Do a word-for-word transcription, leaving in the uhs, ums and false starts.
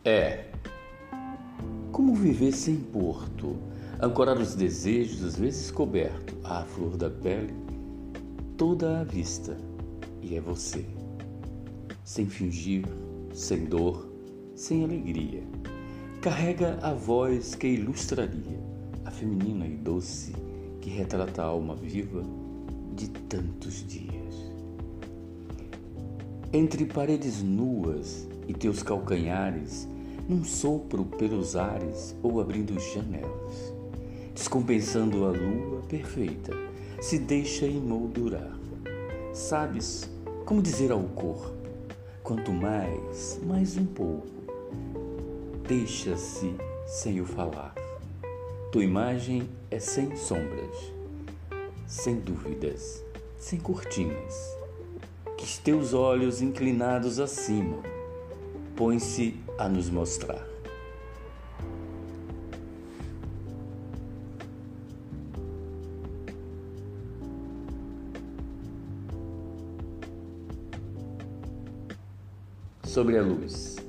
É, como viver sem porto, ancorar os desejos, às vezes coberto, à flor da pele, toda à vista, e é você. Sem fingir, sem dor, sem alegria. Carrega a voz que ilustraria, a feminina e doce, que retrata a alma viva de tantos dias. Entre paredes nuas e teus calcanhares, num sopro pelos ares ou abrindo janelas, descompensando a lua perfeita, se deixa emoldurar. Sabes como dizer ao corpo, quanto mais, mais um pouco, deixa-se sem o falar. Tua imagem é sem sombras, sem dúvidas, sem cortinas, que teus olhos inclinados acima põem-se a nos mostrar. Sobre a luz.